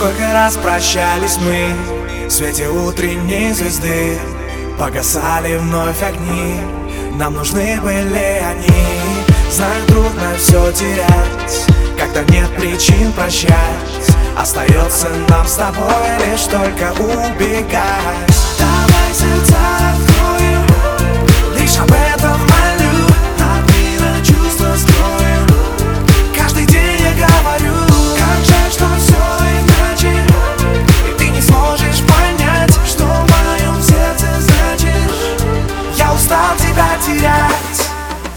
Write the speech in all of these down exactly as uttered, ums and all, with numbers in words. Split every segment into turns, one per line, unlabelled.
Сколько раз прощались мы в свете утренней звезды, погасали вновь огни, нам нужны были они. Знаю, трудно все терять, когда нет причин прощать. Остается нам с тобой лишь только убегать. Давай сердца откроем, лишь об этом молю. От мира чувства скроем, каждый день я говорю. Как жаль, что все иначе, и ты не сможешь понять, что в моем сердце значишь. Я устал тебя терять.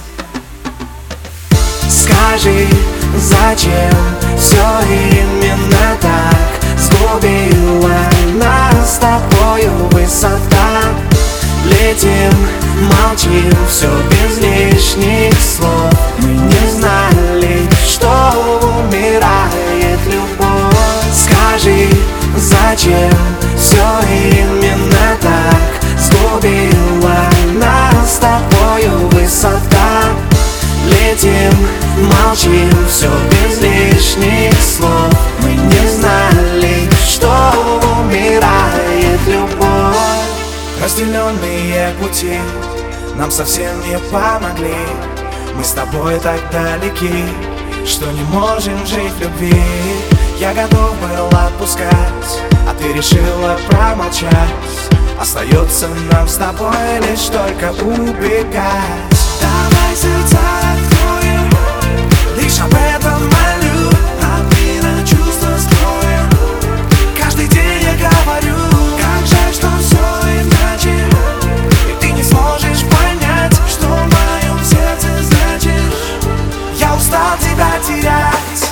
Скажи, зачем все именно так сгубила нас с тобою высота? Летим, молчим, все без лишних слов. Мы не знали, что умирает любовь. Скажи, зачем все именно так сгубила нас с тобою высота? Летим, молчим, все без лишних слов. Мы не знали, что умирает любовь. Разделенные пути нам совсем не помогли. Мы с тобой так далеки, что не можем жить в любви. Я готов был отпускать, а ты решила промолчать. Остается нам с тобой лишь только убегать. Давай сердца откроем, лишь об этом молю. От мира чувства скроем, каждый день я говорю. Как жаль, что все иначе, и ты не сможешь понять, что в моем сердце значишь. Я устал тебя терять.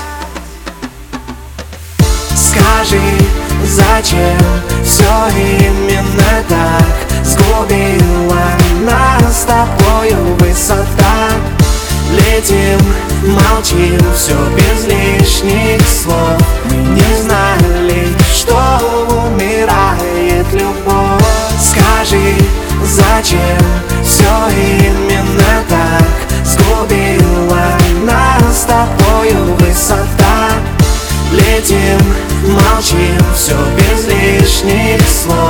Скажи, зачем все именно так сгубила нас с тобою высота? Летим, молчим, все без лишних слов. Мы не знали, что умирает любовь. Скажи, зачем все именно так сгубила нас с тобою высота? Летим, молчим, все без лишних слов.